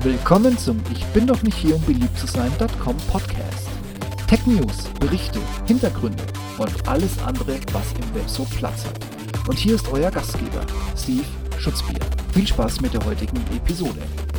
Willkommen zum Ich bin doch nicht hier, um beliebt zu sein.com Podcast. Tech News, Berichte, Hintergründe und alles andere, was im Web so Platz hat. Und hier ist euer Gastgeber, Steve Schutzbier. Viel Spaß mit der heutigen Episode.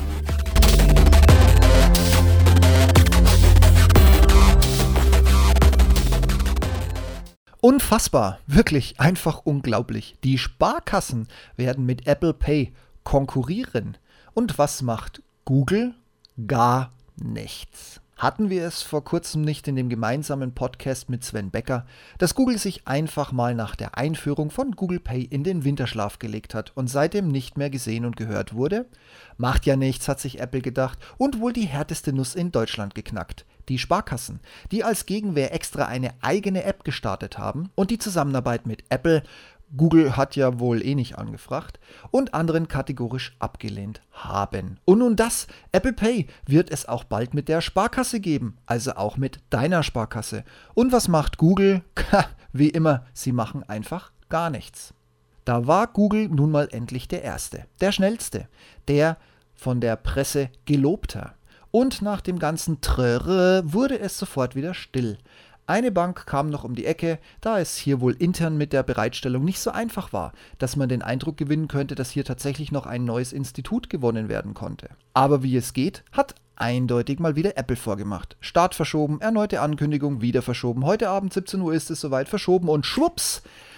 Unfassbar, wirklich einfach unglaublich. Die Sparkassen werden mit Apple Pay konkurrieren. Und was macht Google? Gar nichts. Hatten wir es vor kurzem nicht in dem gemeinsamen Podcast mit Sven Becker, dass Google sich einfach mal nach der Einführung von Google Pay in den Winterschlaf gelegt hat und seitdem nicht mehr gesehen und gehört wurde? Macht ja nichts, hat sich Apple gedacht und wohl die härteste Nuss in Deutschland geknackt. Die Sparkassen, die als Gegenwehr extra eine eigene App gestartet haben und die Zusammenarbeit mit Apple, Google hat ja wohl eh nicht angefragt, und anderen kategorisch abgelehnt haben. Und nun das, Apple Pay wird es auch bald mit der Sparkasse geben, also auch mit deiner Sparkasse. Und was macht Google? Wie immer, sie machen einfach gar nichts. Da war Google nun mal endlich der Erste, der Schnellste, der von der Presse gelobte. Und nach dem ganzen Trrr wurde es sofort wieder still. Eine Bank kam noch um die Ecke, da es hier wohl intern mit der Bereitstellung nicht so einfach war, dass man den Eindruck gewinnen könnte, dass hier tatsächlich noch ein neues Institut gewonnen werden konnte. Aber wie es geht, hat eindeutig mal wieder Apple vorgemacht. Start verschoben, erneute Ankündigung, wieder verschoben. Heute Abend 17 Uhr ist es soweit, verschoben und schwupps!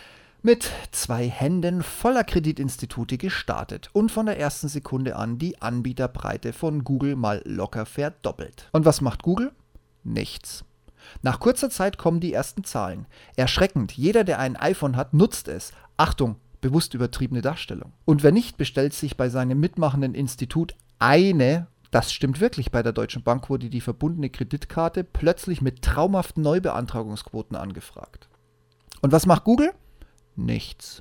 Mit 2 Händen voller Kreditinstitute gestartet und von der ersten Sekunde an die Anbieterbreite von Google mal locker verdoppelt. Und was macht Google? Nichts. Nach kurzer Zeit kommen die ersten Zahlen. Erschreckend, jeder, der ein iPhone hat, nutzt es. Achtung, bewusst übertriebene Darstellung. Und wer nicht, bestellt sich bei seinem mitmachenden Institut eine, das stimmt wirklich, bei der Deutschen Bank wurde die verbundene Kreditkarte plötzlich mit traumhaften Neubeantragungsquoten angefragt. Und was macht Google? Nichts.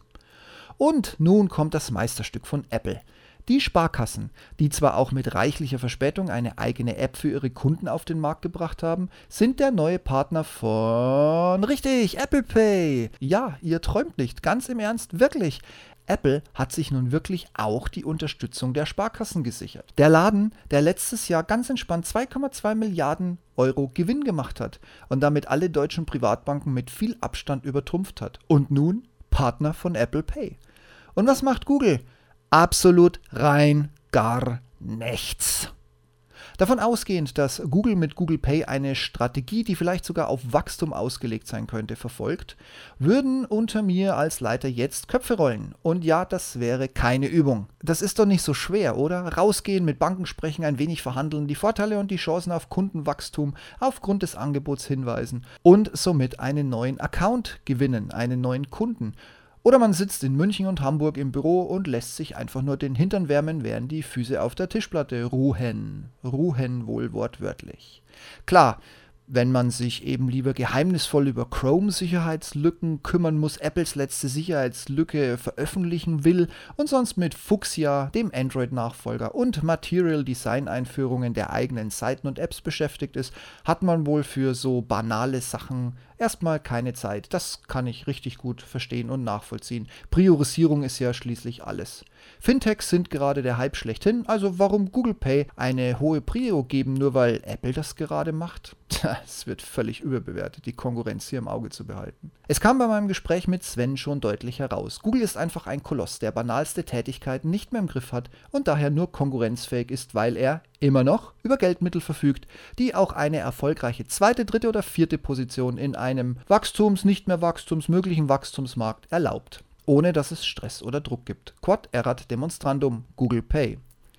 Und nun kommt das Meisterstück von Apple. Die Sparkassen, die zwar auch mit reichlicher Verspätung eine eigene App für ihre Kunden auf den Markt gebracht haben, sind der neue Partner von, richtig, Apple Pay. Ja, ihr träumt nicht, ganz im Ernst, wirklich. Apple hat sich nun wirklich auch die Unterstützung der Sparkassen gesichert. Der Laden, der letztes Jahr ganz entspannt 2,2 Milliarden Euro Gewinn gemacht hat und damit alle deutschen Privatbanken mit viel Abstand übertrumpft hat. Und nun Partner von Apple Pay. Und was macht Google? Absolut rein gar nichts. Davon ausgehend, dass Google mit Google Pay eine Strategie, die vielleicht sogar auf Wachstum ausgelegt sein könnte, verfolgt, würden unter mir als Leiter jetzt Köpfe rollen. Und ja, das wäre keine Übung. Das ist doch nicht so schwer, oder? Rausgehen, mit Banken sprechen, ein wenig verhandeln, die Vorteile und die Chancen auf Kundenwachstum aufgrund des Angebots hinweisen und somit einen neuen Account gewinnen, einen neuen Kunden. Oder man sitzt in München und Hamburg im Büro und lässt sich einfach nur den Hintern wärmen, während die Füße auf der Tischplatte ruhen. Ruhen wohl wortwörtlich. Klar, wenn man sich eben lieber geheimnisvoll über Chrome-Sicherheitslücken kümmern muss, Apples letzte Sicherheitslücke veröffentlichen will und sonst mit Fuchsia, dem Android-Nachfolger, und Material-Design-Einführungen der eigenen Seiten und Apps beschäftigt ist, hat man wohl für so banale Sachen erstmal keine Zeit. Das kann ich richtig gut verstehen und nachvollziehen. Priorisierung ist ja schließlich alles. Fintechs sind gerade der Hype schlechthin, also warum Google Pay eine hohe Prio geben, nur weil Apple das gerade macht? Es wird völlig überbewertet, die Konkurrenz hier im Auge zu behalten. Es kam bei meinem Gespräch mit Sven schon deutlich heraus. Google ist einfach ein Koloss, der banalste Tätigkeiten nicht mehr im Griff hat und daher nur konkurrenzfähig ist, weil er immer noch über Geldmittel verfügt, die auch eine erfolgreiche 2., 3. oder 4. Position in einem nicht mehr wachstumsmöglichen Wachstumsmarkt erlaubt, ohne dass es Stress oder Druck gibt. Quod erat demonstrandum, Google Pay.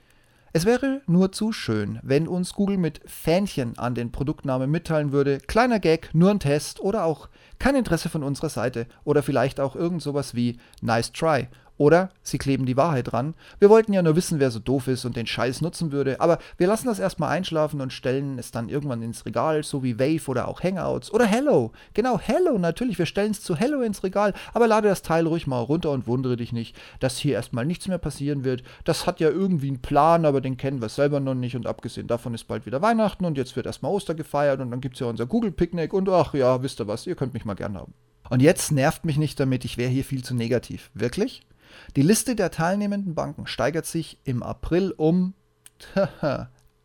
Es wäre nur zu schön, wenn uns Google mit Fähnchen an den Produktnamen mitteilen würde, kleiner Gag, nur ein Test oder auch kein Interesse von unserer Seite oder vielleicht auch irgend sowas wie nice try. Oder sie kleben die Wahrheit dran. Wir wollten ja nur wissen, wer so doof ist und den Scheiß nutzen würde, aber wir lassen das erstmal einschlafen und stellen es dann irgendwann ins Regal, so wie Wave oder auch Hangouts oder Hello. Genau, Hello, natürlich, wir stellen es zu Hello ins Regal, aber lade das Teil ruhig mal runter und wundere dich nicht, dass hier erstmal nichts mehr passieren wird. Das hat ja irgendwie einen Plan, aber den kennen wir selber noch nicht und abgesehen davon ist bald wieder Weihnachten und jetzt wird erstmal Oster gefeiert und dann gibt es ja unser Google-Picknick und ach ja, wisst ihr was, ihr könnt mich mal gern haben. Und jetzt nervt mich nicht damit, ich wäre hier viel zu negativ. Wirklich? Die Liste der teilnehmenden Banken steigert sich im April um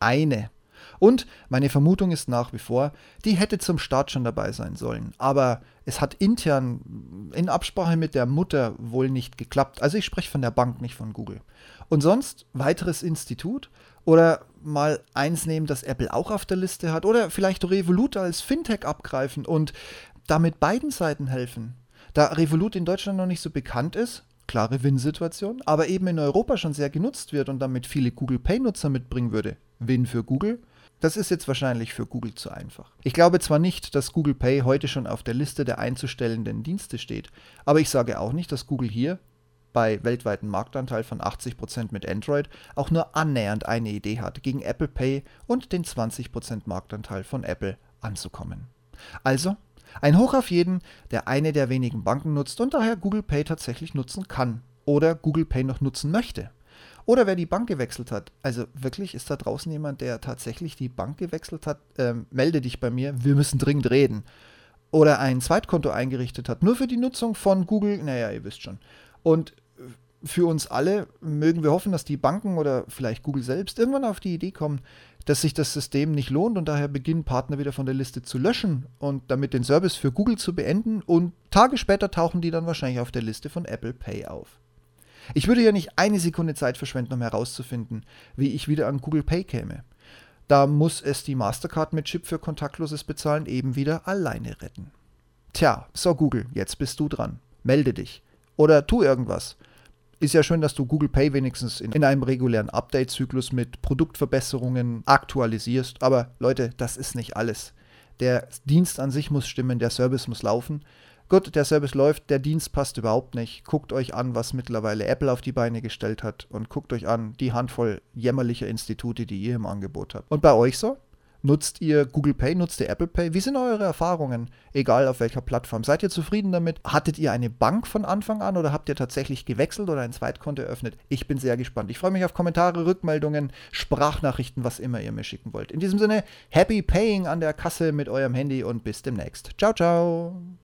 eine. Und meine Vermutung ist nach wie vor, die hätte zum Start schon dabei sein sollen. Aber es hat intern in Absprache mit der Mutter wohl nicht geklappt. Also ich spreche von der Bank, nicht von Google. Und sonst weiteres Institut oder mal eins nehmen, das Apple auch auf der Liste hat. Oder vielleicht Revolut als Fintech abgreifen und damit beiden Seiten helfen. Da Revolut in Deutschland noch nicht so bekannt ist, klare Win-Situation, aber eben in Europa schon sehr genutzt wird und damit viele Google Pay-Nutzer mitbringen würde. Win für Google. Das ist jetzt wahrscheinlich für Google zu einfach. Ich glaube zwar nicht, dass Google Pay heute schon auf der Liste der einzustellenden Dienste steht, aber ich sage auch nicht, dass Google hier bei weltweiten Marktanteil von 80% mit Android auch nur annähernd eine Idee hat, gegen Apple Pay und den 20% Marktanteil von Apple anzukommen. Also, ein Hoch auf jeden, der eine der wenigen Banken nutzt und daher Google Pay tatsächlich nutzen kann oder Google Pay noch nutzen möchte. Oder wer die Bank gewechselt hat. Also wirklich, ist da draußen jemand, der tatsächlich die Bank gewechselt hat? Melde dich bei mir, wir müssen dringend reden. Oder ein Zweitkonto eingerichtet hat, nur für die Nutzung von Google. Naja, ihr wisst schon. Und für uns alle mögen wir hoffen, dass die Banken oder vielleicht Google selbst irgendwann auf die Idee kommen, dass sich das System nicht lohnt und daher beginnen Partner wieder von der Liste zu löschen und damit den Service für Google zu beenden und Tage später tauchen die dann wahrscheinlich auf der Liste von Apple Pay auf. Ich würde ja nicht eine Sekunde Zeit verschwenden, um herauszufinden, wie ich wieder an Google Pay käme. Da muss es die Mastercard mit Chip für kontaktloses Bezahlen eben wieder alleine retten. Tja, so Google, jetzt bist du dran. Melde dich. Oder tu irgendwas. Ist ja schön, dass du Google Pay wenigstens in einem regulären Update-Zyklus mit Produktverbesserungen aktualisierst. Aber Leute, das ist nicht alles. Der Dienst an sich muss stimmen, der Service muss laufen. Gut, der Service läuft, der Dienst passt überhaupt nicht. Guckt euch an, was mittlerweile Apple auf die Beine gestellt hat und guckt euch an, die Handvoll jämmerlicher Institute, die ihr im Angebot habt. Und bei euch so? Nutzt ihr Google Pay, nutzt ihr Apple Pay? Wie sind eure Erfahrungen, egal auf welcher Plattform? Seid ihr zufrieden damit? Hattet ihr eine Bank von Anfang an oder habt ihr tatsächlich gewechselt oder ein Zweitkonto eröffnet? Ich bin sehr gespannt. Ich freue mich auf Kommentare, Rückmeldungen, Sprachnachrichten, was immer ihr mir schicken wollt. In diesem Sinne, happy paying an der Kasse mit eurem Handy und bis demnächst. Ciao, ciao!